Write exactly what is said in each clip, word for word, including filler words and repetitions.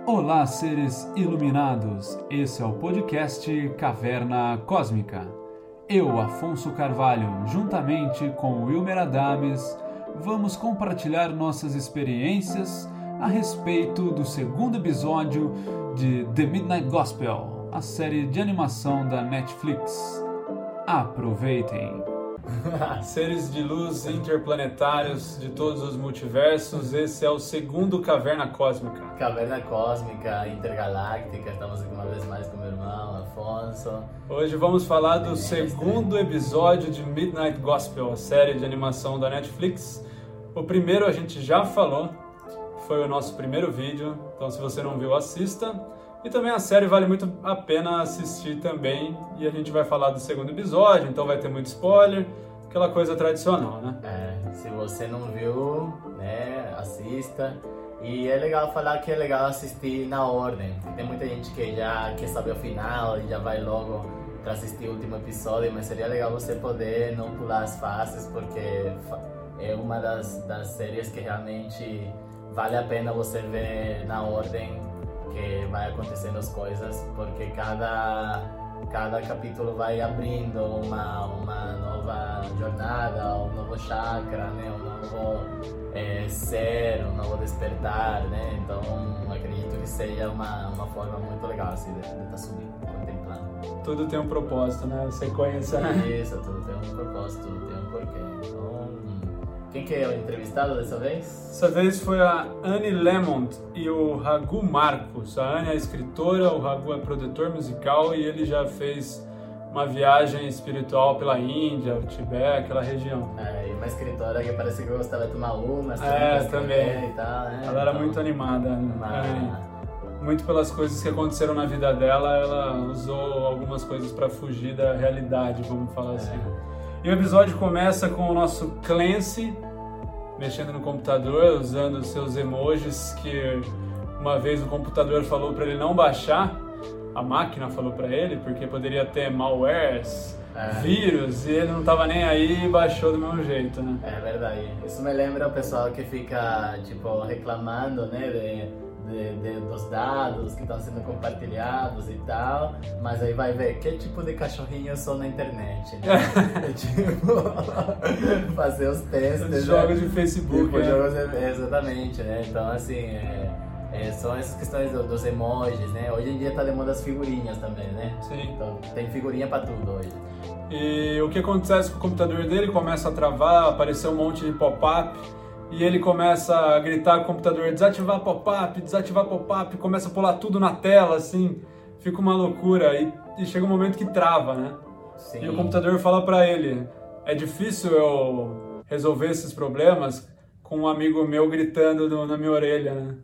Olá, seres iluminados! Esse é o podcast Caverna Cósmica. Eu, Afonso Carvalho, juntamente com Wilmer Adames, vamos compartilhar nossas experiências a respeito do segundo episódio de The Midnight Gospel, a série de animação da Netflix. Aproveitem! Seres de luz interplanetários de todos os multiversos, esse é o segundo Caverna Cósmica. Caverna Cósmica, Intergaláctica, estamos aqui uma vez mais com meu irmão, Afonso. Hoje vamos falar do segundo episódio de Midnight Gospel, a série de animação da Netflix. O primeiro a gente já falou, foi o nosso primeiro vídeo, então se você não viu, assista. E também a série vale muito a pena assistir também, e a gente vai falar do segundo episódio, então vai ter muito spoiler, aquela coisa tradicional, né? É, se você não viu, né, assista. E é legal falar que é legal assistir na ordem, porque tem muita gente que já quer saber o final e já vai logo para assistir o último episódio, mas seria legal você poder não pular as fases, porque é uma das, das séries que realmente vale a pena você ver na ordem que vai acontecendo as coisas, porque cada, cada capítulo vai abrindo uma, uma nova jornada, um novo chakra, né? um novo é, ser, um novo despertar, né? Então acredito que seja uma, uma forma muito legal assim, de estar subindo, contemplando. Tudo tem um propósito, né? Sequência, né? Isso, tudo tem um propósito, tudo tem um porquê. Então, quem que é o entrevistado dessa vez? Dessa vez foi a Annie Lemont e o Raghu Marcos. A Annie é escritora, o Raghu é produtor musical e ele já fez uma viagem espiritual pela Índia, o Tibete, aquela região. É, e uma escritora que parece que gostava de tomar umas, é, também. E tal, né? Ela era então, muito animada, uma... né? Muito pelas coisas que aconteceram na vida dela, ela usou algumas coisas para fugir da realidade, vamos falar assim. É. E o episódio começa com o nosso Clancy mexendo no computador, usando os seus emojis que uma vez o computador falou para ele não baixar, a máquina falou para ele, porque poderia ter malwares, é. vírus, e ele não estava nem aí e baixou do mesmo jeito, né? É verdade. Isso me lembra o pessoal que fica, tipo, reclamando, né, de... De, de, dos dados que estão sendo compartilhados e tal, mas aí vai ver que tipo de cachorrinhos são na internet, né? É tipo, fazer os testes. Jogos né? de Facebook. Tipo, né? jogos de, exatamente, né? Então, assim, é, é, são essas questões do, dos emojis, né? Hoje em dia tá de moda as figurinhas também, né? Sim. Então, tem figurinha pra tudo hoje. E o que acontece com o computador dele? Começa a travar, aparecer um monte de pop-up. E ele começa a gritar com o computador, desativar pop-up, desativar pop-up, começa a pular tudo na tela, assim, fica uma loucura. E, e chega um momento que trava, né? Sim. E o computador fala pra ele, é difícil eu resolver esses problemas com um amigo meu gritando no, na minha orelha, né?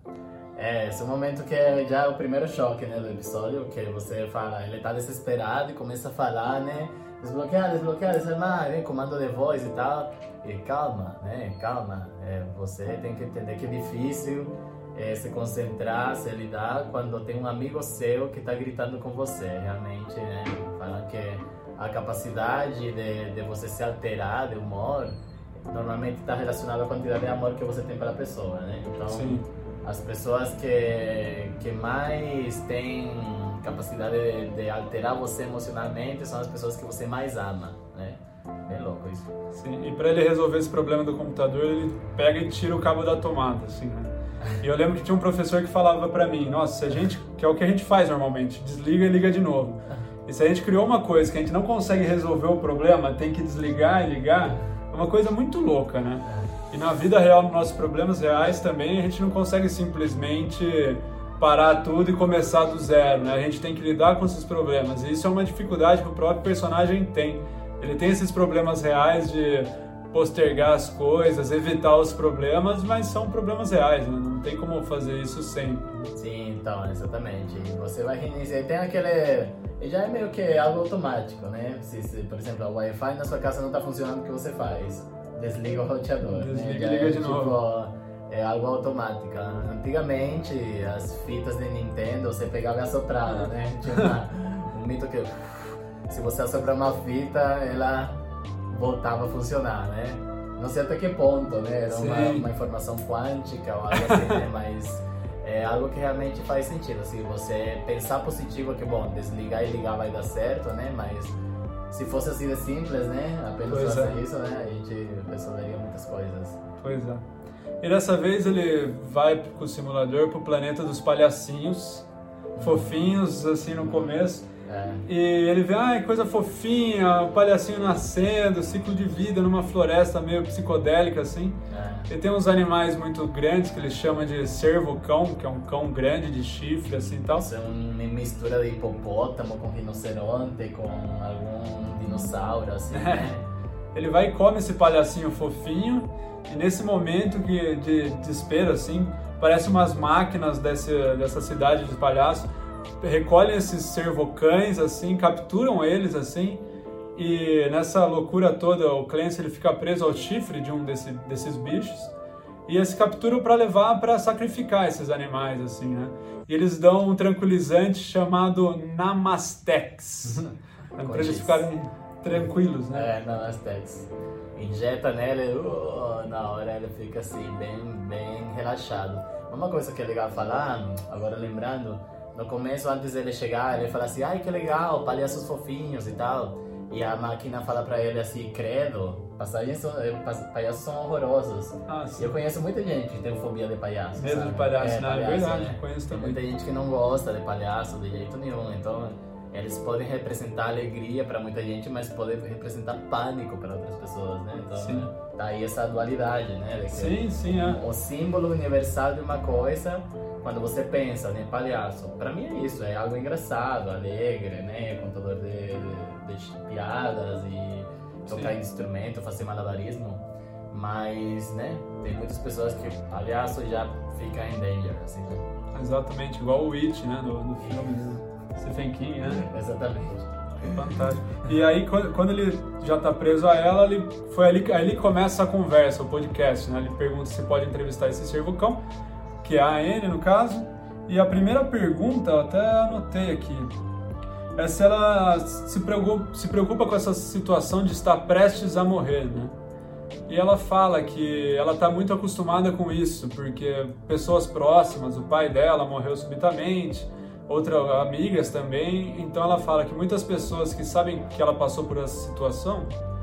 É, esse é o momento que é já o primeiro choque, né, do episódio, que você fala, ele tá desesperado e começa a falar, né? Desbloquear, desbloquear, desarmar, né? Comando de voz e tal. E calma, né? Calma. É, você tem que entender que é difícil é, se concentrar, se lidar quando tem um amigo seu que está gritando com você. Realmente, né? Falam que a capacidade de, de você se alterar de humor normalmente está relacionada à quantidade de amor que você tem para a pessoa, né? Então, Sim. As pessoas que, que mais têm capacidade de, de alterar você emocionalmente são as pessoas que você mais ama, né? É louco isso. Sim, e para ele resolver esse problema do computador, ele pega e tira o cabo da tomada, assim, né? E eu lembro que tinha um professor que falava pra mim, nossa, se a gente, que é o que a gente faz normalmente, desliga e liga de novo. E se a gente criou uma coisa que a gente não consegue resolver o problema, tem que desligar e ligar, é uma coisa muito louca, né? E na vida real, nos nossos problemas reais também, a gente não consegue simplesmente parar tudo e começar do zero, né? A gente tem que lidar com esses problemas. E isso é uma dificuldade que o próprio personagem tem. Ele tem esses problemas reais de postergar as coisas, evitar os problemas, mas são problemas reais, né? Não tem como fazer isso sempre. Sim, então, exatamente. Você vai reiniciar. Tem aquele... Já é meio que algo automático, né? Se, se por exemplo, o Wi-Fi na sua casa não está funcionando, o que você faz? Desliga o roteador, Desliga né? e liga é, de tipo, novo. É algo automático. Antigamente, as fitas de Nintendo, você pegava e assoprava, né? Tinha uma, um mito que se você assoprar uma fita, ela voltava a funcionar, né? Não sei até que ponto, né? Era uma, uma informação quântica ou algo assim, né? Mas é algo que realmente faz sentido. Se você pensar positivo, que bom, desligar e ligar vai dar certo, né? Mas se fosse assim de simples, né? Apenas Pois fazer é. isso, né? A gente resolveria muitas coisas. Pois é. E dessa vez ele vai com o simulador pro planeta dos palhacinhos, fofinhos, assim, no começo. É. E ele vê, ai, coisa fofinha, o palhacinho nascendo, ciclo de vida numa floresta meio psicodélica, assim. É. E tem uns animais muito grandes que ele chama de cervo-cão, que é um cão grande de chifre, assim, e tal. Isso é uma mistura de hipopótamo com rinoceronte, com algum dinossauro, assim, né? Ele vai e come esse palhacinho fofinho, e nesse momento que, de desespero, assim, parece umas máquinas desse, dessa cidade de palhaço, recolhem esses cervocães, assim, capturam eles, assim, e nessa loucura toda o Clancy ele fica preso ao chifre de um desse, desses bichos, e eles capturam para levar para sacrificar esses animais, assim, né? E eles dão um tranquilizante chamado Namastex, para eles ficarem tranquilos, né? É, Namastex. Injeta nele, uh, na hora ele fica assim, bem, bem relaxado. Uma coisa que é legal falar, agora lembrando, no começo, antes dele chegar, ele fala assim, ai que legal, palhaços fofinhos e tal. E a máquina fala pra ele assim, credo, passagens são, palhaços são horrorosos. Ah, E sim. eu conheço muita gente que tem fobia de palhaço. Medo sabe? de palhaço, não, é verdade, né? conheço Tem também. muita gente que não gosta de palhaço de jeito nenhum, então eles podem representar alegria para muita gente, mas podem representar pânico para outras pessoas, né? Então, Sim. tá aí essa dualidade, né? De que Sim, sim, é. o símbolo universal de uma coisa, quando você pensa em palhaço, para mim é isso, é algo engraçado, alegre, né? Contador de, de, de piadas e tocar Sim. instrumento, fazer malabarismo. Mas, né? Tem muitas pessoas que palhaço já fica em danger, assim, né? Exatamente, igual o It, né, no, no filme, né? Stephen King, né? Exatamente. Fantástico. E aí, quando quando ele já tá preso a ela, ele, foi ali, aí ele começa a conversa, o podcast, né? Ele pergunta se pode entrevistar esse cervocão, que é a Anne, no caso. E a primeira pergunta, eu até anotei aqui, é se ela se preocupa, se preocupa com essa situação de estar prestes a morrer, né? E ela fala que ela está muito acostumada com isso, porque pessoas próximas, o pai dela morreu subitamente, outras amigas também, então ela fala que muitas pessoas que sabem que ela passou por essa situação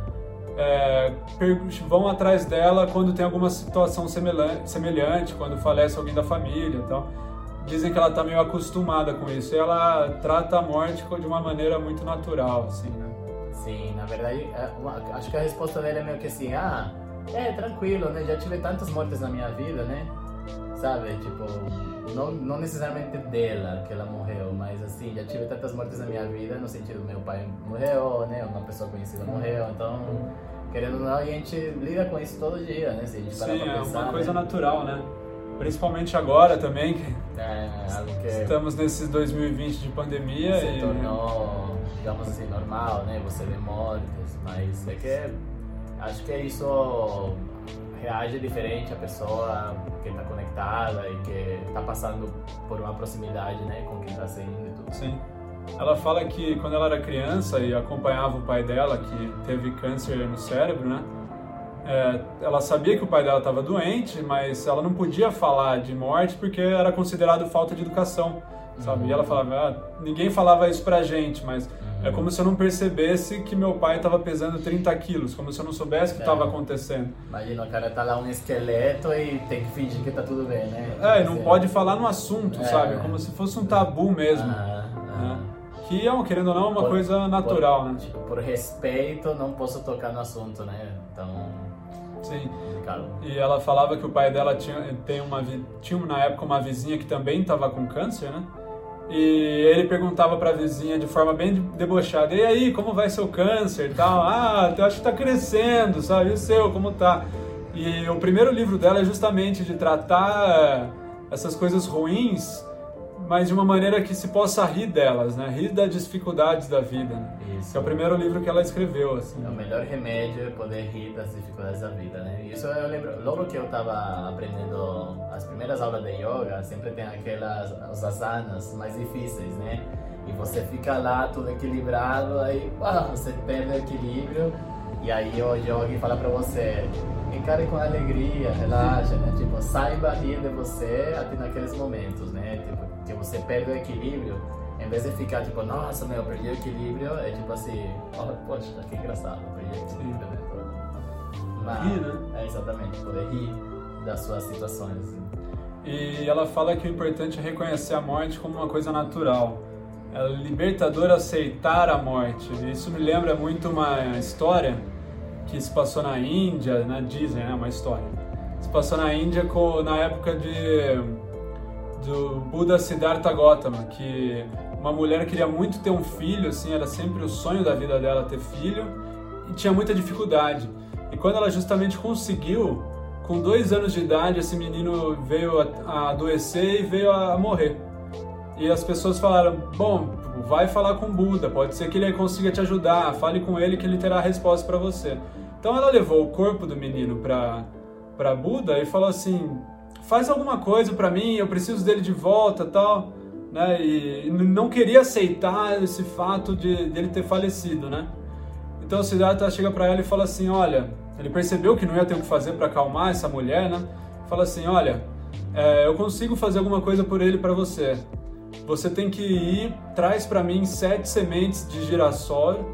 é, vão atrás dela quando tem alguma situação semelhante, quando falece alguém da família e tal. Dizem que ela está meio acostumada com isso, e ela trata a morte de uma maneira muito natural, assim, né? Sim, na verdade, é uma- acho que a resposta dele é meio que assim, ah, é tranquilo, né? Já tive tantas mortes na minha vida, né? Sabe, tipo, não, não necessariamente dela, que ela morreu, mas assim, já tive tantas mortes na minha vida, no sentido, meu pai morreu, né? Uma pessoa conhecida morreu, então, querendo ou não, a gente lida com isso todo dia, né? Se a gente parar Sim, pra é pensar, uma coisa né? natural, né? Principalmente agora também, que É, algo que estamos nesse dois mil e vinte de pandemia se e... tornou, digamos assim, normal, né? Você vê mortes, mas é que acho que isso reage diferente a pessoa que está conectada e que está passando por uma proximidade, né, com quem está saindo e tudo. Sim. Ela fala que quando ela era criança e acompanhava o pai dela, que teve câncer no cérebro, né? É, ela sabia que o pai dela estava doente, mas ela não podia falar de morte porque era considerado falta de educação, sabe? Uhum. E ela falava, ah, ninguém falava isso pra gente, mas Uhum. é como se eu não percebesse que meu pai estava pesando trinta quilos, como se eu não soubesse o que É. estava acontecendo. Imagina, o cara tá lá um esqueleto e tem que fingir que tá tudo bem, né? É, e não Assim, pode falar no assunto, É. sabe? Como se fosse um tabu mesmo. ah, ah. né? Que é, querendo ou não, uma Por- coisa natural, por, né? Tipo, por respeito, não posso tocar no assunto, né? Então, Sim. complicado. E ela falava que o pai dela tinha, tem uma, vi- tinha na época uma vizinha que também estava com câncer, né? E ele perguntava pra vizinha de forma bem debochada, e aí, como vai seu câncer e tal? Ah, eu acho que tá crescendo, sabe? E o seu, como tá? E o primeiro livro dela é justamente de tratar essas coisas ruins, mas de uma maneira que se possa rir delas, né? Rir das dificuldades da vida, né? Isso. Que é o primeiro livro que ela escreveu, assim. É o melhor remédio é poder rir das dificuldades da vida, né? Isso eu lembro, logo que eu estava aprendendo as primeiras aulas de yoga, sempre tem aquelas, os asanas mais difíceis, né? E você fica lá tudo equilibrado, aí pá, você perde o equilíbrio E aí hoje alguém fala pra você, encare com alegria, relaxa, né? Tipo, saiba rir de você até naqueles momentos, né? Tipo, que você perde o equilíbrio, em vez de ficar tipo, nossa, meu, perdi o equilíbrio, é tipo assim, oh, poxa, que engraçado, perdi o equilíbrio, né? Mas, rir, né? É, exatamente, poder rir das suas situações, assim. E ela fala que o importante é reconhecer a morte como uma coisa natural. É libertador aceitar a morte. Isso me lembra muito uma história que se passou na Índia, na Disney, né? Uma história. Se passou na Índia com, na época de, do Buda Siddhartha Gautama, que uma mulher queria muito ter um filho, assim, era sempre o sonho da vida dela ter filho, e tinha muita dificuldade. E quando ela justamente conseguiu, com dois anos de idade, esse menino veio a, a adoecer e veio a, a morrer. E as pessoas falaram, bom, vai falar com o Buda, pode ser que ele consiga te ajudar, fale com ele que ele terá a resposta para você. Então ela levou o corpo do menino para para Buda e falou assim, faz alguma coisa para mim, eu preciso dele de volta, tal, né? E não queria aceitar esse fato de dele ter falecido, né? Então o Siddhartha chega para ela e fala assim, olha, ele percebeu que não ia ter o que fazer para acalmar essa mulher, né? Fala assim, olha, é, eu consigo fazer alguma coisa por ele para você. Você tem que ir, traz para mim sete sementes de girassol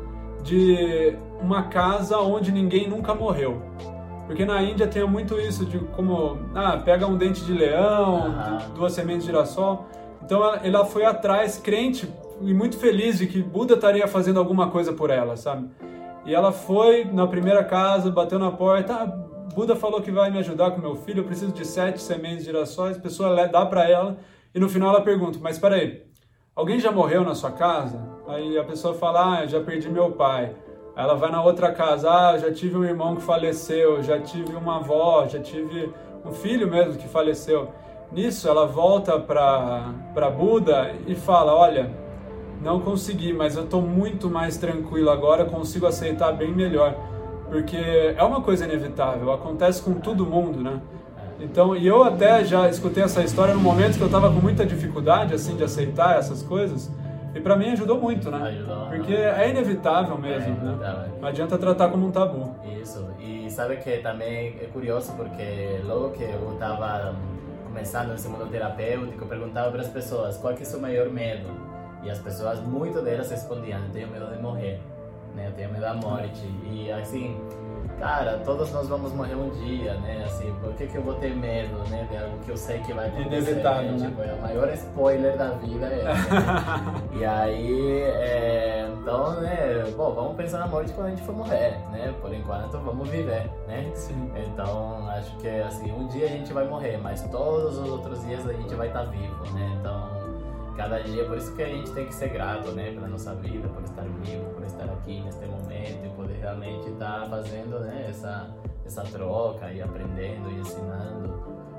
de uma casa onde ninguém nunca morreu. Porque na Índia tem muito isso de como, ah, pega um dente de leão, Uhum. duas sementes de girassol. Então ela, ela foi atrás, crente e muito feliz de que Buda estaria fazendo alguma coisa por ela, sabe? E ela foi na primeira casa, bateu na porta, ah, Buda falou que vai me ajudar com meu filho, eu preciso de sete sementes de girassóis, a pessoa dá para ela. E no final ela pergunta, mas espera aí, alguém já morreu na sua casa? Aí a pessoa fala, ah, já perdi meu pai. Aí ela vai na outra casa, ah, já tive um irmão que faleceu, já tive uma avó, já tive um filho mesmo que faleceu. Nisso ela volta para para Buda e fala, olha, não consegui, mas eu estou muito mais tranquilo agora, consigo aceitar bem melhor. Porque é uma coisa inevitável, acontece com todo mundo, né? Então, e eu até já escutei essa história no momento que eu estava com muita dificuldade, assim, de aceitar essas coisas. E para mim ajudou muito, né? Ajudou, porque é inevitável mesmo, é, né? Não adianta tratar como um tabu. Isso, e sabe que também é curioso porque logo que eu estava começando nesse mundo terapêutico, eu perguntava para as pessoas qual que é o seu maior medo. E as pessoas, muito delas respondiam, eu tenho medo de morrer, né? Eu tenho medo da morte. E assim, cara, todos nós vamos morrer um dia, né? Assim, por que que eu vou ter medo, né? De algo que eu sei que vai acontecer, Inevitável, né? né? Tipo, é o maior spoiler da vida é esse, né? E aí, é, então, né? Bom, vamos pensar na morte quando a gente for morrer, né? Por enquanto, vamos viver, né? Sim. Então, acho que, assim, um dia a gente vai morrer, mas todos os outros dias a gente vai estar vivo, né? Então, cada dia, por isso que a gente tem que ser grato, né, pela nossa vida, por estar vivo, por estar aqui neste momento e poder realmente estar fazendo, né, essa, essa troca e aprendendo e ensinando,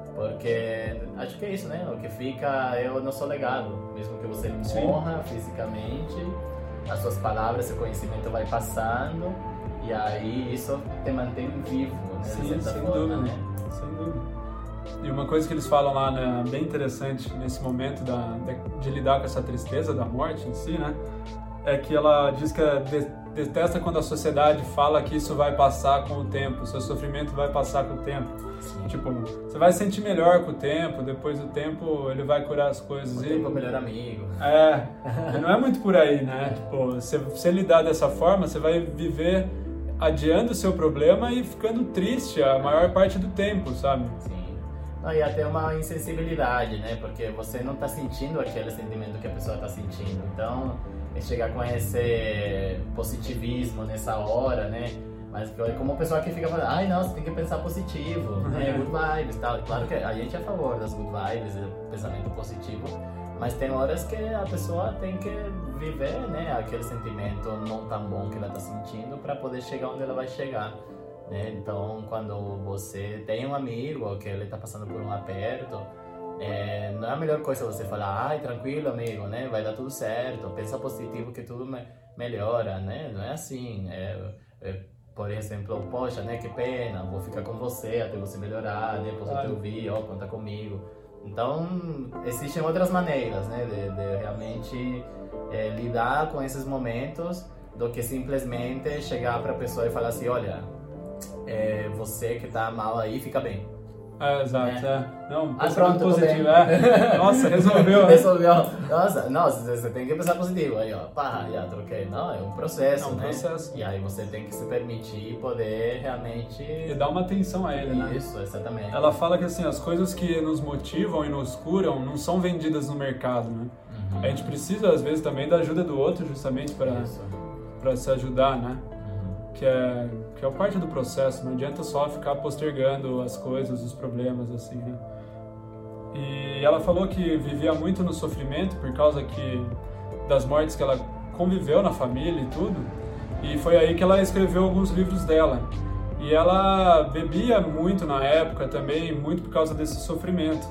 porque acho que é isso, né, o que fica é o nosso legado, mesmo que você morra Sim. fisicamente, as suas palavras, seu conhecimento vai passando e aí isso te mantém vivo, né, Sim, de certa sem forma, dúvida, né? Sem dúvida. E uma coisa que eles falam lá, né, bem interessante nesse momento da, de lidar com essa tristeza da morte em si, né, é que ela diz que de, detesta quando a sociedade fala que isso vai passar com o tempo, o seu sofrimento vai passar com o tempo. Sim. Tipo, você vai se sentir melhor com o tempo, depois do tempo ele vai curar as coisas. O e... tempo é o melhor amigo. É, não é muito por aí, né? Tipo, você, você lidar dessa forma, você vai viver adiando o seu problema e ficando triste a maior parte do tempo, sabe? Sim. Não, e até uma insensibilidade, né? Porque você não está sentindo aquele sentimento que a pessoa está sentindo. Então, é chegar com esse positivismo nessa hora, né? Mas como uma pessoa que fica falando, ai, não, você tem que pensar positivo, né? Good vibes, tal. Claro que a gente é a favor das good vibes, do pensamento positivo, mas tem horas que a pessoa tem que viver, né? Aquele sentimento não tão bom que ela está sentindo para poder chegar onde ela vai chegar. Então, quando você tem um amigo que ele está passando por um aperto, é, não é a melhor coisa você falar, ai, tranquilo, amigo, né? Vai dar tudo certo, pensa positivo que tudo me melhora, né? Não é assim. É, é, por exemplo, poxa, né? Que pena, vou ficar com você até você melhorar, né? Posso te ouvir, ó, conta comigo. Então, existem outras maneiras, né? De, de realmente é, lidar com esses momentos. do que simplesmente chegar para a pessoa e falar assim, olha, é, você que tá mal aí, fica bem. É, exato, é. é. Não, ah, pronto, positivo, é. Nossa, resolveu. Resolveu. Nossa, nossa, você tem que pensar positivo. Aí, ó, pá, já troquei. Não, é um processo, é um né? processo. E aí você tem que se permitir poder realmente... E dar uma atenção a ele, né? Isso, exatamente. Ela fala que, assim, as coisas que nos motivam e nos curam não são vendidas no mercado, né? Uhum. A gente precisa, às vezes, também da ajuda do outro, justamente para para se ajudar, né? Que é, que é parte do processo, não adianta só ficar postergando as coisas, os problemas, assim, né? E ela falou que vivia muito no sofrimento por causa que, das mortes que ela conviveu na família e tudo, e foi aí que ela escreveu alguns livros dela. E ela bebia muito na época também, muito por causa desse sofrimento.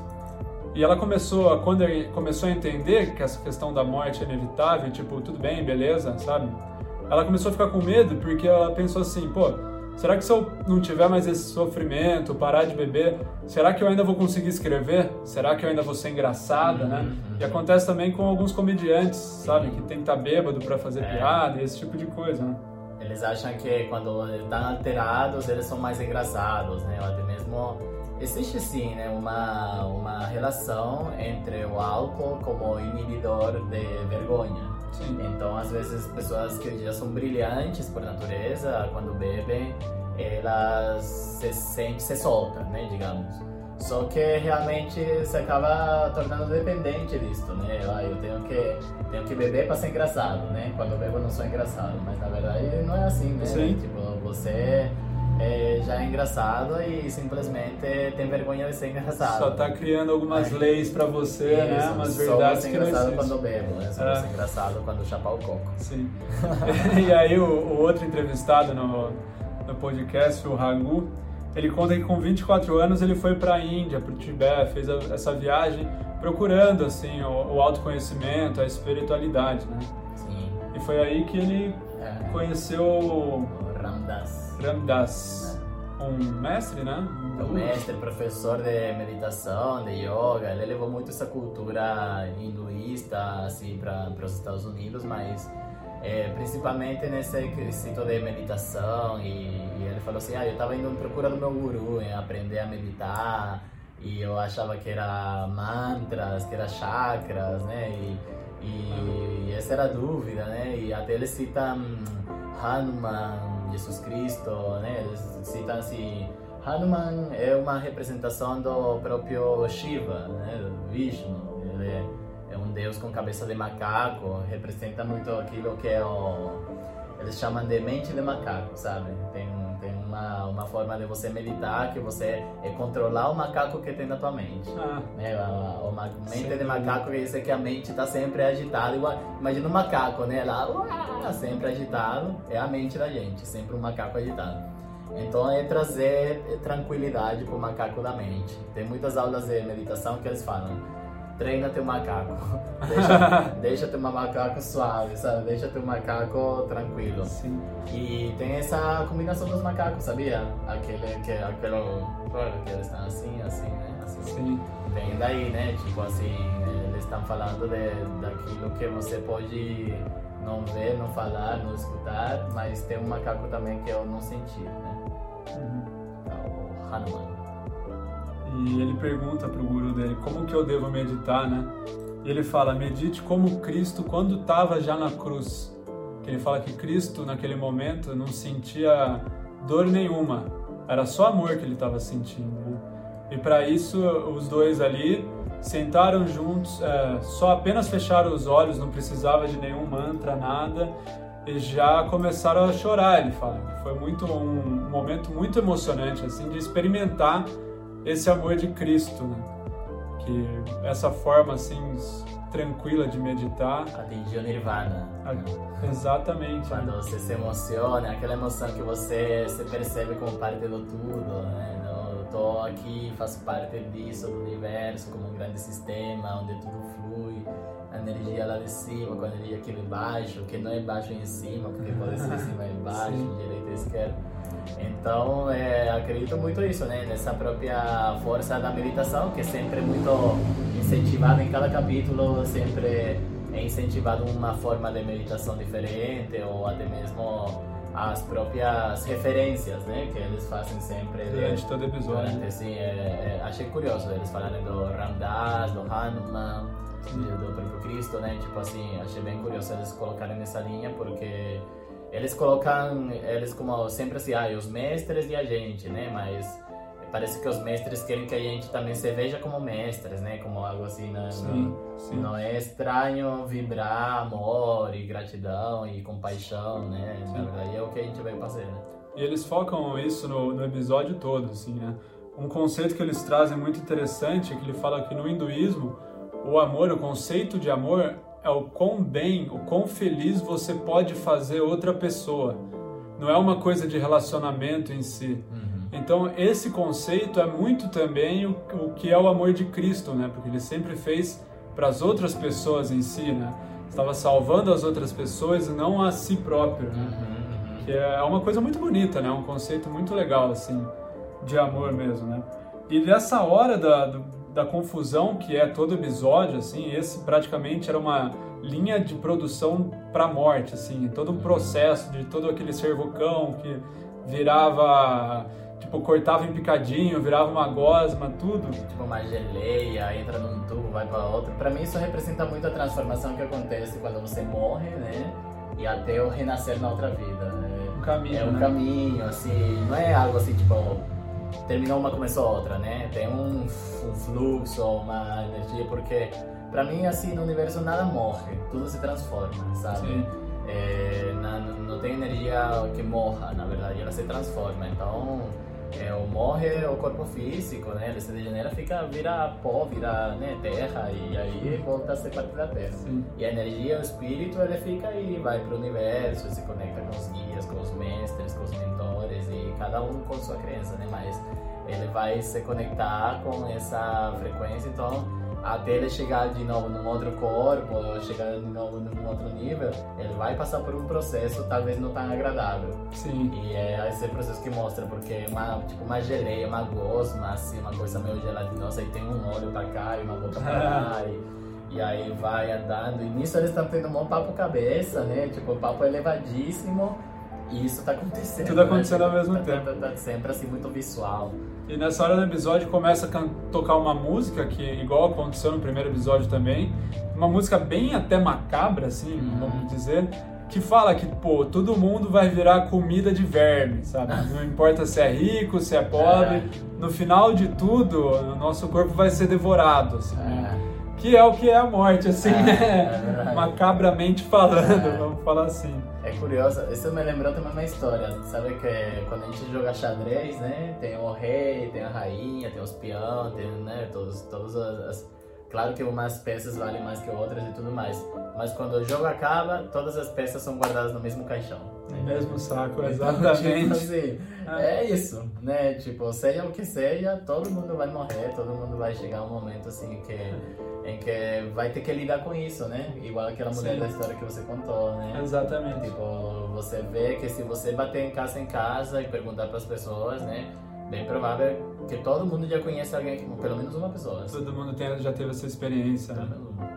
E ela começou, quando começou a entender que essa questão da morte é inevitável, tipo, tudo bem, beleza, sabe? Ela começou a ficar com medo porque ela pensou assim, pô, será que se eu não tiver mais esse sofrimento, parar de beber, será que eu ainda vou conseguir escrever? Será que eu ainda vou ser engraçada, né? E acontece também com alguns comediantes, sabe? Que tem que estar bêbado pra fazer é. piada e esse tipo de coisa, né? Eles acham que quando estão alterados, eles são mais engraçados, né? Ou até mesmo... Existe sim, né? Uma, uma relação entre o álcool como inibidor de vergonha. Sim. Então, às vezes, pessoas que já são brilhantes por natureza, quando bebem, elas se sentem, se soltam, né, digamos. Só que realmente se acaba tornando dependente disso, né? Ah, eu tenho que, tenho que beber para ser engraçado, né? Quando eu bebo eu não sou engraçado, mas na verdade não é assim, né? Sim. Tipo, você... É, já é engraçado e simplesmente tem vergonha de ser engraçado. Só tá criando algumas é. leis pra você, isso, né? Umas verdades que não existem. Só engraçado quando bebo, né? Só é. engraçado quando chapar o coco. Sim. E aí o, o outro entrevistado no, no podcast, o Raghu, ele conta que com vinte e quatro anos ele foi pra Índia, pro Tibete, fez a, essa viagem procurando, assim, o, o autoconhecimento, a espiritualidade, né? Sim. E foi aí que ele é. conheceu... O Ram Dass. Ram Dass, um mestre, né? Um mestre, professor de meditação, de yoga. Ele levou muito essa cultura hinduísta assim para os Estados Unidos, mas é, principalmente nesse quesito de meditação. E, e ele falou assim: ah, eu estava indo em procura do meu guru, em aprender a meditar, e eu achava que era mantras, que era chakras, né? E, e, e essa era a dúvida, né? E até ele cita hum, Hanuman, Jesus Cristo, né? Eles citam assim, Hanuman é uma representação do próprio Shiva, né? Do Vishnu. Ele é, é um deus com cabeça de macaco, representa muito aquilo que é o... Eles chamam de mente de macaco, sabe? Tem, tem uma, uma forma de você meditar que você é controlar o macaco que tem na tua mente. Ah. Né? A, a, a mente Sim. de macaco quer dizer que a mente está sempre agitada. Igual, imagina um macaco, né? Lá, uá, sempre agitado. É a mente da gente, sempre um macaco agitado. Então é trazer tranquilidade para o macaco da mente. Tem muitas aulas de meditação que eles falam: treina teu macaco, deixa, deixa teu macaco suave, sabe? Deixa teu macaco tranquilo. Sim. E tem essa combinação dos macacos, sabia? Aquele que aquele, claro, que eles estão assim, assim, né? Assim. Sim. Vem daí, né? Tipo assim, eles estão falando de, daquilo que você pode não ver, não falar, não escutar, mas tem um macaco também que é o não sentir, né? Uhum. O Hanuman. E ele pergunta pro guru dele, como que eu devo meditar, né? E ele fala, medite como Cristo quando estava já na cruz. Que ele fala que Cristo, naquele momento, não sentia dor nenhuma. Era só amor que ele estava sentindo, né? E para isso, os dois ali sentaram juntos, é, só apenas fecharam os olhos, não precisava de nenhum mantra, nada. E já começaram a chorar, ele fala. Foi muito, um, um momento muito emocionante, assim, de experimentar esse amor de Cristo, né? Que essa forma assim tranquila de meditar atingiu o Nirvana. A... Exatamente. Quando né? você se emociona, aquela emoção que você se percebe como parte do tudo, né? Eu tô aqui, faço parte disso, do universo, como um grande sistema onde tudo flui, a energia lá de cima com a energia aqui de baixo, que não é baixo e em cima, porque pode ser em cima e embaixo, direita e esquerda. Então, é, acredito muito nisso, né? Nessa própria força da meditação, que é sempre muito incentivada em cada capítulo, sempre é incentivado uma forma de meditação diferente ou até mesmo as próprias referências, né, que eles fazem sempre durante todo episódio. Durante, assim, é, é, achei curioso eles falarem do Ram Dass, do Hanuman, do próprio Cristo, né, tipo assim, achei bem curioso eles colocarem nessa linha, porque eles colocam eles como sempre assim, ah, os mestres e a gente, né, mas parece que os mestres querem que a gente também se veja como mestres, né? Como algo assim, não, sim, não, sim. não é estranho vibrar amor e gratidão e compaixão, né? Sim. Na verdade é o que a gente vai fazer, né? E eles focam isso no, no episódio todo, assim, né? Um conceito que eles trazem muito interessante é que ele fala que no hinduísmo, o amor, o conceito de amor é o quão bem, o quão feliz você pode fazer outra pessoa. Não é uma coisa de relacionamento em si. Uhum. Então, esse conceito é muito também o, o que é o amor de Cristo, né? Porque ele sempre fez para as outras pessoas em si, né? Estava salvando as outras pessoas e não a si próprio, né? Uhum, uhum. Que é uma coisa muito bonita, né? Um conceito muito legal, assim, de amor mesmo, né? E nessa hora da, do, da confusão, que é todo episódio, assim, esse praticamente era uma linha de produção para a morte, assim, todo o processo de todo aquele cervocão que virava... Tipo, cortava em picadinho, virava uma gosma, tudo. Tipo uma geleia, entra num tubo, vai para outro. Para mim isso representa muito a transformação que acontece quando você morre, né? E até o renascer na outra vida. Né? Um caminho, É um né? caminho, assim, não é algo assim, tipo, terminou uma, começou outra, né? Tem um, um fluxo, uma energia, porque para mim, assim, no universo nada morre, tudo se transforma, sabe? Sim. É, não, não tem energia que morra, na verdade, ela se transforma. Então, é, o morre o corpo físico, né? Ele se degenera, fica, vira pó, vira, né, terra, e aí volta a ser parte da terra. Sim. E a energia, o espírito, ele fica aí, vai para o universo, se conecta com os guias, com os mestres, com os mentores, e cada um com sua crença, né? Mas ele vai se conectar com essa frequência, então até ele chegar de novo num outro corpo, ou chegar de novo num outro nível, ele vai passar por um processo talvez não tão agradável. Sim. E é esse processo que mostra, porque uma, tipo uma geleia, uma gosma, assim, uma coisa meio gelatinosa, e tem um olho pra cá e uma boca pra lá, e, e aí vai andando, e nisso eles estão tendo um papo cabeça, né, tipo, papo elevadíssimo, e isso tá acontecendo. Tudo acontecendo né? ao mesmo tá, tempo. Tá, tá sempre assim, muito visual. E nessa hora do episódio começa a tocar uma música que, igual aconteceu no primeiro episódio também, uma música bem até macabra, assim, uhum. vamos dizer, que fala que, pô, todo mundo vai virar comida de verme, sabe? Não importa se é rico, se é pobre, é. No final de tudo, o nosso corpo vai ser devorado, assim, né? É. Que é o que é a morte, assim, é, né? É macabramente falando, é. vamos falar assim. É curioso, isso me lembrou também uma história, sabe que quando a gente joga xadrez, né, tem o rei, tem a rainha, tem os peões, tem, né, todos, todos as... Claro que umas peças valem mais que outras e tudo mais, mas quando o jogo acaba, todas as peças são guardadas no mesmo caixão. No mesmo saco, então, exatamente. Tipo assim, é isso, né, tipo, seja o que seja, todo mundo vai morrer, todo mundo vai chegar um momento assim que... em que vai ter que lidar com isso, né? Igual aquela mulher Sim. da história que você contou, né? Exatamente. Tipo, você vê que se você bater em casa em casa e perguntar para as pessoas, né? Bem provável que todo mundo já conhece alguém, pelo menos uma pessoa. Todo mundo tem, já teve essa experiência, né?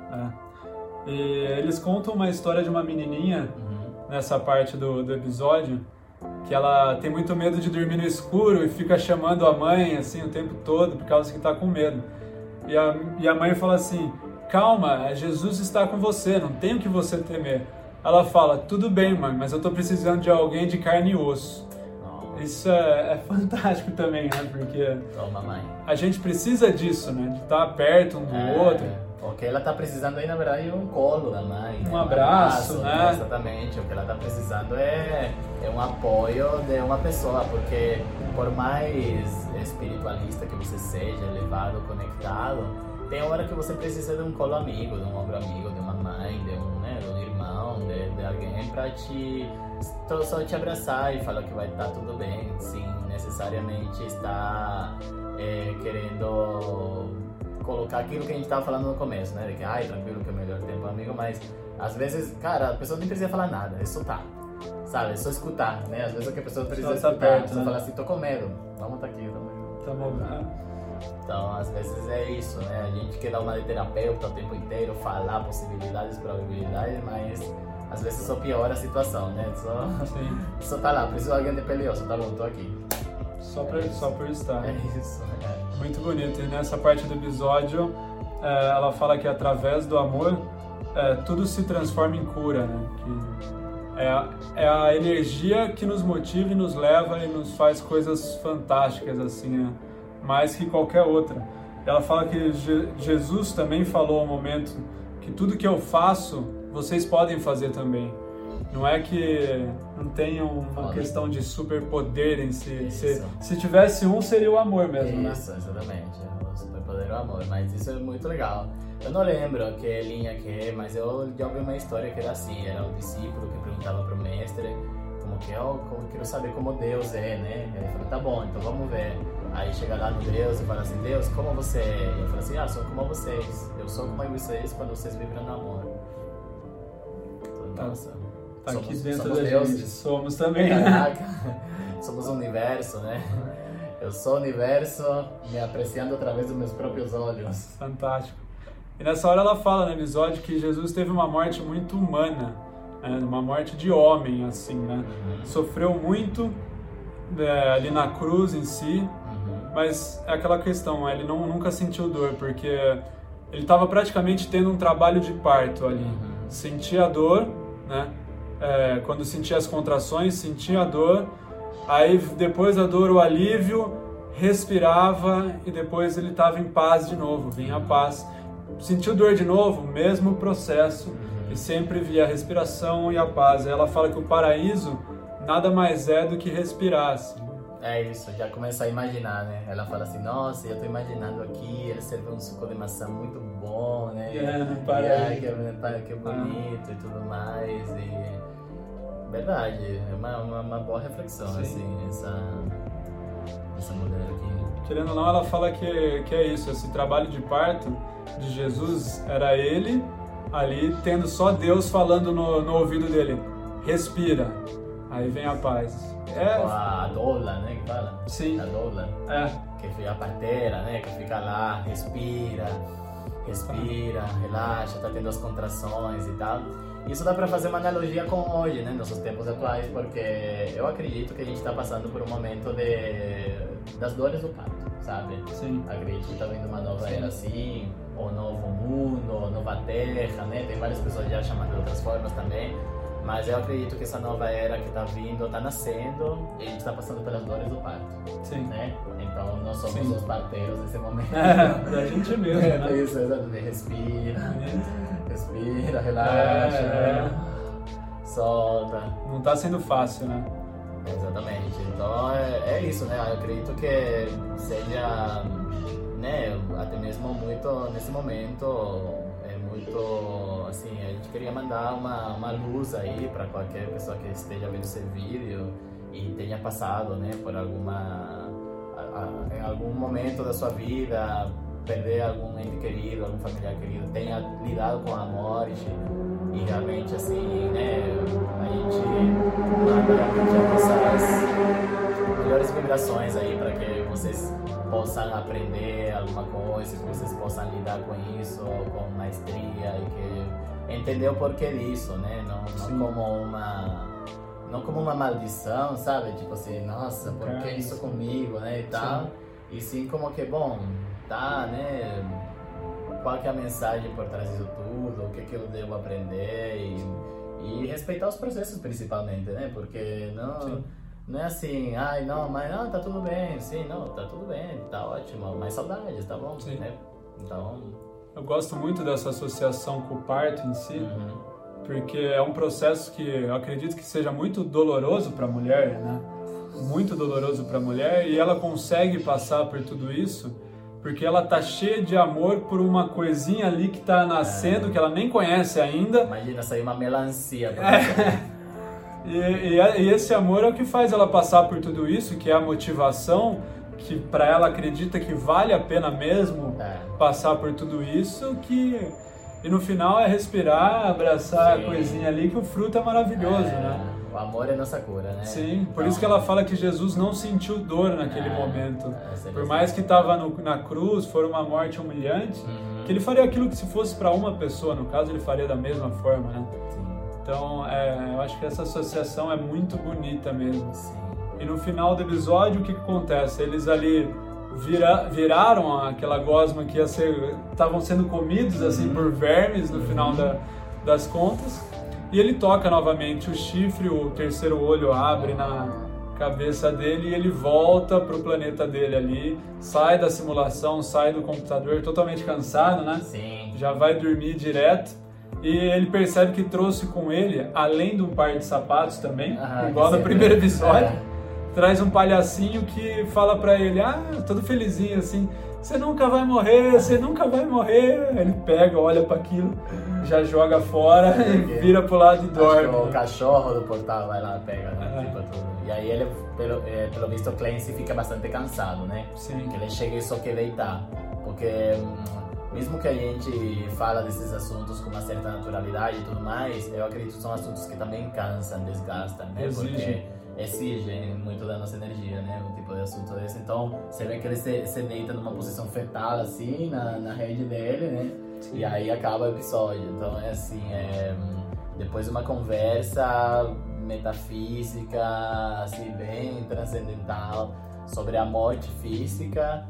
É. E eles contam uma história de uma menininha, uhum. nessa parte do, do episódio, que ela tem muito medo de dormir no escuro e fica chamando a mãe, assim, o tempo todo, por causa que tá com medo. E a, e a mãe fala assim, calma, Jesus está com você, não tem o que você temer. Ela fala, tudo bem, mãe, mas eu tô precisando de alguém de carne e osso. Oh. Isso é, é fantástico também, né? Porque Toma, mãe. A gente precisa disso, né? De estar perto um do é, outro. O que ela tá precisando aí, na verdade, é um colo da mãe. Um né? abraço, um abraço, né? Exatamente. O que ela tá precisando é, é um apoio de uma pessoa, porque por mais espiritualista que você seja, elevado, conectado, tem hora que você precisa de um colo amigo, de um ombro amigo, de uma mãe, de um, né, de um irmão, de, de alguém para te só te abraçar e falar que vai estar tudo bem, sem necessariamente estar é, querendo colocar aquilo que a gente estava falando no começo, né? De que, ai, tranquilo, que é o melhor tempo amigo, mas às vezes, cara, a pessoa nem precisa falar nada, é só tá. Sabe, é só escutar, né? Às vezes o que a pessoa precisa só escutar, tá perto, você né? fala assim, tô com medo, vamos tá aqui, vamos Tá bom, né? Então, às vezes é isso, né? A gente quer dar uma de terapeuta o tempo inteiro, falar possibilidades, probabilidades, mas às vezes só piora a situação, né? Só, só tá lá, preciso de alguém de peleoso, tá bom, tô aqui. Só, pra, é só por estar. É isso. É. Muito bonito. E nessa parte do episódio, é, ela fala que através do amor, é, tudo se transforma em cura, né? Que é, é a energia que nos motiva e nos leva e nos faz coisas fantásticas, assim, né? Mais que qualquer outra. Ela fala que Je- Jesus também falou um momento que tudo que eu faço, vocês podem fazer também. Não é que não tenha uma Olha. questão de superpoder em si. Se, Isso. se tivesse um, seria o amor mesmo, Isso, né? exatamente. O superpoder é o amor, mas isso é muito legal. Eu não lembro que linha que é, mas eu já ouvi uma história que era assim, era um discípulo que perguntava para o mestre como que eu, como, quero saber como Deus é, né? Ele falou, tá bom, então vamos ver. Aí chega lá no Deus e fala assim, Deus, como você é? E ele fala assim, ah, sou como vocês. Eu sou como vocês quando vocês vivem no amor. Então, nossa, Tá somos, aqui dentro somos da deuses. gente. Somos também, né? Caraca, somos o universo, né? Eu sou o universo me apreciando através dos meus próprios olhos. Fantástico. E nessa hora ela fala no episódio que Jesus teve uma morte muito humana, né? Uma morte de homem, assim, né? Uhum. Sofreu muito é, ali na cruz em si, Uhum. mas é aquela questão, ele não, nunca sentiu dor, porque ele estava praticamente tendo um trabalho de parto ali. Uhum. Sentia a dor, né? É, quando sentia as contrações, sentia a dor, aí depois da dor o alívio, respirava e depois ele estava em paz de novo, vinha a paz. Sentiu dor de novo, mesmo processo, Uhum. e sempre via a respiração e a paz. Ela fala que o paraíso nada mais é do que respirar, assim. É isso, já começa a imaginar, né? Ela fala assim, nossa, eu tô imaginando aqui, ele serve um suco de maçã muito bom, né? É, no E, paraíso. ai, que, que bonito e tudo mais. E... Verdade, é uma, uma, uma boa reflexão, Sim. assim, essa, essa mulher aqui. Querendo ou não, ela fala que, que é isso, esse trabalho de parto de Jesus era ele ali tendo só Deus falando no, no ouvido dele, respira, aí vem a paz. É, Tipo a doula, né, que fala? sim, A doula, é, que fica a parteira, né, que fica lá, respira, respira, relaxa, tá tendo as contrações e tal. Isso dá pra fazer uma analogia com hoje, né, nossos tempos atuais, porque eu acredito que a gente tá passando por um momento de, das dores do parto, sabe? sim, Acredito que tá vindo uma nova Sim. era assim, ou novo mundo, ou nova terra, né? Tem várias pessoas já chamando de outras formas também. Mas eu acredito que essa nova era que tá vindo, tá nascendo, e a gente tá passando pelas dores do parto, sim. né? Então nós somos Sim. os parteiros desse momento. É, da gente mesmo, É né? isso, exatamente. Respira, respira, relaxa, É, solta. Não tá sendo fácil, né? Exatamente. Então é, é isso, né? Eu acredito que seja, né, até mesmo muito nesse momento, é muito assim, a gente queria mandar uma, uma luz aí para qualquer pessoa que esteja vendo esse vídeo e tenha passado, né, por alguma a, a, em algum momento da sua vida, perder algum ente querido, algum familiar querido, tenha lidado com a morte e realmente assim, né, a gente manda realmente essas melhores vibrações aí para que vocês possam aprender alguma coisa, que vocês possam lidar com isso com maestria e que entender o porquê disso, né, não, não como uma não como uma maldição, sabe, tipo assim, nossa, por que Okay. isso comigo, né, e tal, Sim. e sim como que, bom, tá, né, qual que é a mensagem por trás disso tudo, o que que eu devo aprender e, e respeitar os processos principalmente, né, porque não, Sim. não é assim, ai, não, mas não, tá tudo bem, sim, não, tá tudo bem, tá ótimo, mas saudades, tá bom, Sim. né, então... Eu gosto muito dessa associação com o parto em si, Uhum. porque é um processo que eu acredito que seja muito doloroso para a mulher, né? Muito doloroso para a mulher, e ela consegue passar por tudo isso porque ela tá cheia de amor por uma coisinha ali que tá nascendo, É. que ela nem conhece ainda. Imagina sair uma melancia pra você. E, e, e esse amor é o que faz ela passar por tudo isso, que é a motivação, que para ela acredita que vale a pena mesmo É. passar por tudo isso, que e no final é respirar, abraçar Sim. a coisinha ali, que o fruto é maravilhoso, É, né? O amor é nossa cura, né? Sim, por então, isso que ela fala que Jesus não sentiu dor naquele é, momento. É, por mais que estava na cruz, for uma morte humilhante, uhum. que ele faria aquilo que se fosse para uma pessoa, no caso, ele faria da mesma forma, né? Sim. Então, é, eu acho que essa associação é muito bonita mesmo. Sim. E no final do episódio, o que, que acontece? Eles ali vira, viraram aquela gosma que ia ser... estavam sendo comidos, assim, por vermes no final da, das contas. E ele toca novamente o chifre, o terceiro olho abre na cabeça dele e ele volta pro planeta dele ali, sai da simulação, sai do computador totalmente cansado, né? Sim. Já vai dormir direto. E ele percebe que trouxe com ele, além de um par de sapatos também, ah, igual no primeiro episódio, é. traz um palhacinho que fala pra ele, ah, todo felizinho assim, você nunca vai morrer, você nunca vai morrer. Ele pega, olha para aquilo, já joga fora e vira pro lado e dorme. O cachorro do portal vai lá, pega, né? É. Tipo, tudo. E aí ele, pelo, é, pelo visto, o Clancy fica bastante cansado, né? Sim. Que ele chega e só quer deitar. Porque mesmo que a gente fala desses assuntos com uma certa naturalidade e tudo mais, eu acredito que são assuntos que também cansam, desgastam, né? Exige. Porque exigem muito da nossa energia, né? Um tipo de assunto desse. Então, você vê que ele se, se deita numa posição fetal, assim, na, na rede dele, né? Sim. E aí acaba o episódio. Então, é assim, é, depois de uma conversa metafísica, assim, bem transcendental, sobre a morte física,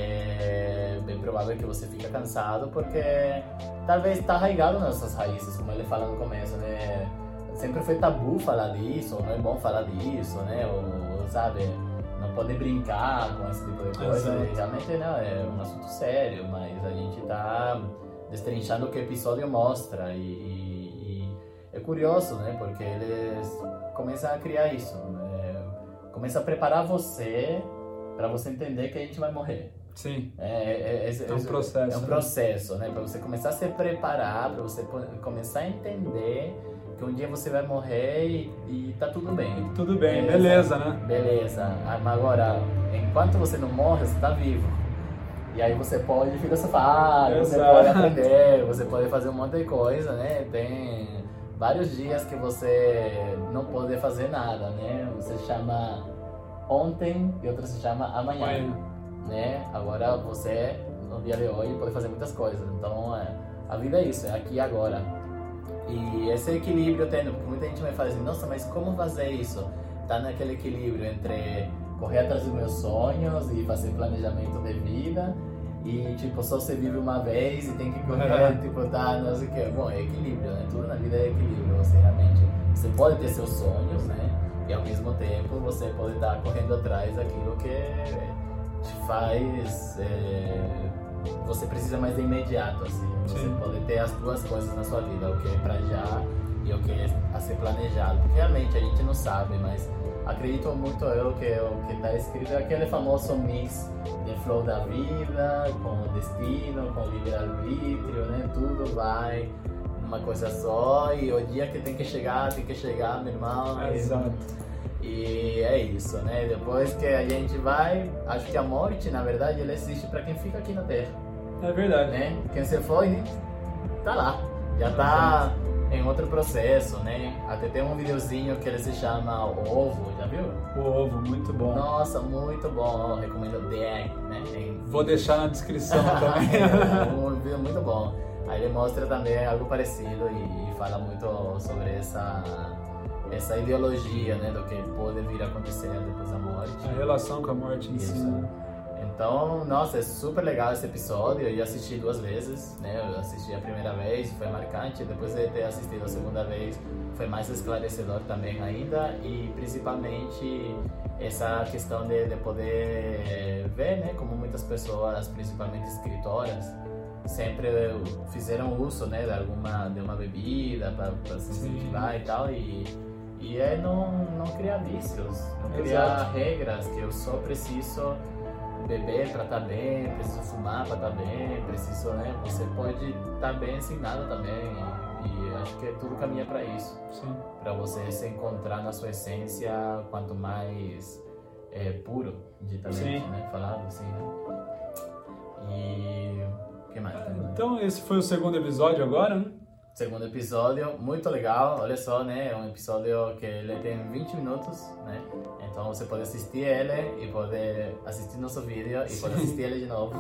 é bem provável que você fica cansado, porque talvez está arraigado nas nossas raízes, como ele fala no começo, né? Sempre foi tabu falar disso, ou não é bom falar disso, né? Ou, sabe, não pode brincar com esse tipo de coisa. E realmente não, é um assunto sério, mas a gente tá destrinchando o que o episódio mostra. E, e, e é curioso, né? Porque eles começam a criar isso, né? Começam a preparar você para você entender que a gente vai morrer. Sim. É, é, é, é um processo. É um processo, né? Para você começar a se preparar, para você começar a entender que um dia você vai morrer e, e tá tudo bem. Tudo bem, beleza, beleza né? Beleza. Agora, enquanto você não morre, você tá vivo. E aí você pode filosofar, você pode aprender, você pode fazer um monte de coisa, né? Tem vários dias que você não pode fazer nada, né? Você chama ontem e outro se chama amanhã, amanhã. Né? Agora você, no dia de hoje, pode fazer muitas coisas. Então, é, a vida é isso, é aqui e agora. E esse equilíbrio tendo, porque muita gente vai falar assim, nossa, mas como fazer isso? Tá naquele equilíbrio entre correr atrás dos meus sonhos e fazer planejamento de vida e, tipo, só você vive uma vez e tem que correr, tipo, tá, não sei o que. Bom, é equilíbrio, né? Tudo na vida é equilíbrio. Você realmente, você pode ter seus sonhos, né? E ao mesmo tempo você pode estar correndo atrás daquilo que te faz... É, você precisa mais de imediato, assim. Você Sim. pode ter as duas coisas na sua vida, o que é pra já e o que é a ser planejado. Porque realmente a gente não sabe, mas acredito muito eu que o que está escrito é aquele famoso mix de flow da vida, com o destino, com o livre-arbítrio, né? Tudo vai numa coisa só e o dia que tem que chegar, tem que chegar, meu irmão. É, exato. E é isso, né? Depois que a gente vai, acho que a morte, na verdade, ela existe para quem fica aqui na Terra. É verdade. Né? Quem você foi, tá lá. Já tá em outro processo, né? Até tem um videozinho que ele se chama O Ovo, já viu? O Ovo, muito bom. Nossa, muito bom. Recomendo The Egg, né? Tem... Vou deixar na descrição também. É um vídeo muito bom. Aí ele mostra também algo parecido e fala muito sobre essa... essa ideologia, né, do que pode vir a acontecer depois da morte. A relação com a morte em si. Então, nossa, é super legal esse episódio. Eu já assisti duas vezes, né? Eu assisti a primeira vez, foi marcante. Depois de ter assistido a segunda vez, foi mais esclarecedor também ainda. E principalmente essa questão de, de poder ver, né, como muitas pessoas, principalmente escritoras, sempre fizeram uso, né, de alguma de uma bebida para se incentivar e tal. E E é não, não criar vícios, não criar Exato. regras, que eu só preciso beber para estar tá bem, preciso fumar para estar tá bem, preciso, né? Você pode estar tá bem sem nada também. E, e acho que tudo caminha para isso. Para você se encontrar na sua essência, quanto mais é, puro, ditamente, né? Falado assim, né? E... o que mais? Então esse foi o segundo episódio agora, né? segundo episódio, muito legal, olha só, né? É um episódio que ele tem vinte minutos, né? Então você pode assistir ele e pode assistir nosso vídeo e pode assistir ele de novo.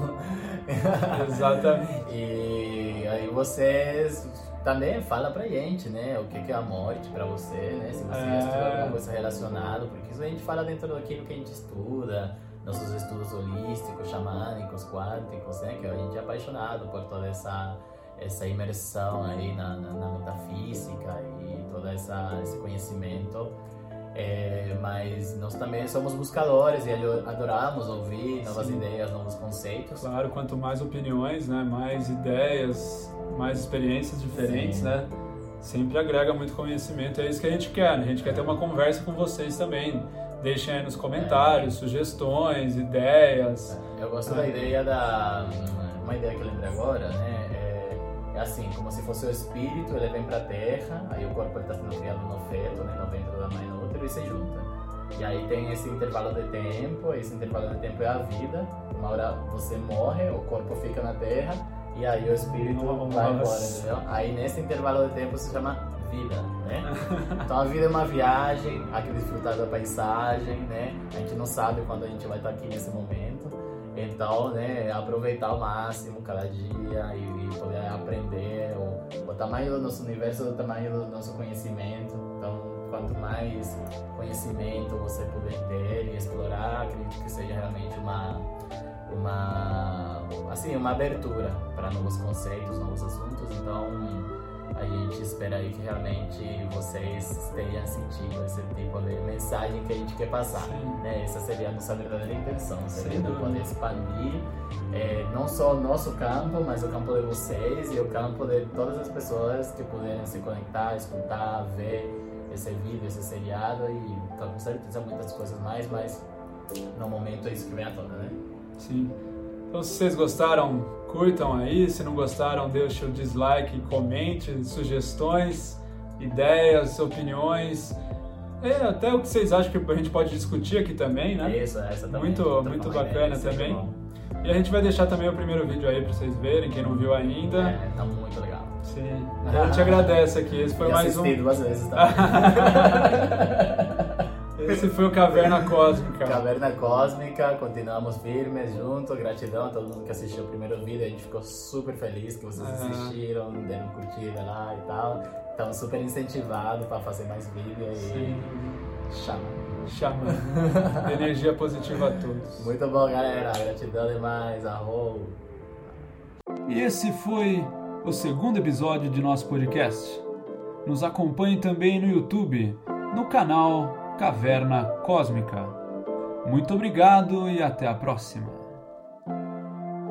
Exatamente. E aí vocês também fala pra gente, né? O que é a morte pra você, né? Se você É. estuda alguma coisa relacionada, porque isso a gente fala dentro daquilo que a gente estuda, nossos estudos holísticos, xamânicos, quânticos, né? Que a gente é apaixonado por toda essa essa imersão aí na, na, na metafísica e todo essa, esse conhecimento. É, mas nós também somos buscadores e adoramos ouvir novas Sim. ideias, novos conceitos. Claro, quanto mais opiniões, né, mais ideias, mais experiências diferentes, Sim. né, sempre agrega muito conhecimento. É isso que a gente quer, né? A gente quer ter uma conversa com vocês também. Deixem aí nos comentários, É. sugestões, ideias. Eu gosto É. da ideia da... Uma ideia que eu lembrei agora, né? É, é assim, como se fosse o espírito, ele vem pra terra, aí o corpo está sendo criado no feto, né? No ventre da mãe, no útero, e se junta. E aí tem esse intervalo de tempo, esse intervalo de tempo é a vida. Uma hora você morre, o corpo fica na terra, e aí o espírito Nossa. vai embora, entendeu? Aí nesse intervalo de tempo se chama vida, né? Então a vida é uma viagem, há que desfrutar da paisagem, né? A gente não sabe quando a gente vai estar aqui nesse momento, então, né, aproveitar ao máximo cada dia e, e poder aprender. O, o tamanho do nosso universo é o tamanho do nosso conhecimento, então quanto mais conhecimento você puder ter e explorar, acredito que seja realmente uma uma assim uma abertura para novos conceitos, novos assuntos. Então a gente espera aí que realmente vocês tenham sentido esse tipo de mensagem que a gente quer passar, né? Essa seria a nossa verdadeira intenção, seria de poder expandir é, não só o nosso campo, mas o campo de vocês e o campo de todas as pessoas que puderem se conectar, escutar, ver esse vídeo, esse seriado e com certeza muitas coisas mais, mas no momento é isso que vem à tona, né? Sim. Então, se vocês gostaram, curtam aí. Se não gostaram, deixe o dislike, comente, sugestões, ideias, opiniões. É, até o que vocês acham que a gente pode discutir aqui também, né? Isso, essa também. Muito, Trocar muito uma bacana ideia, sempre também. bom. E a gente vai deixar também o primeiro vídeo aí pra vocês verem, quem não viu ainda. É, tá muito legal. Sim. A gente agradece aqui. Esse foi Já mais um. assisti duas vezes também. Esse foi o Caverna Cósmica. Caverna Cósmica, continuamos firmes juntos, gratidão a todo mundo que assistiu o primeiro vídeo, a gente ficou super feliz que vocês Ah. assistiram, deram curtida lá e tal. Estamos super incentivados para fazer mais vídeos e Sim. chama. Chama. Energia positiva a todos. Muito bom, galera, gratidão demais, arro. E esse foi o segundo episódio de nosso podcast. Nos acompanhe também no YouTube, no canal Caverna Cósmica. Muito obrigado e até a próxima.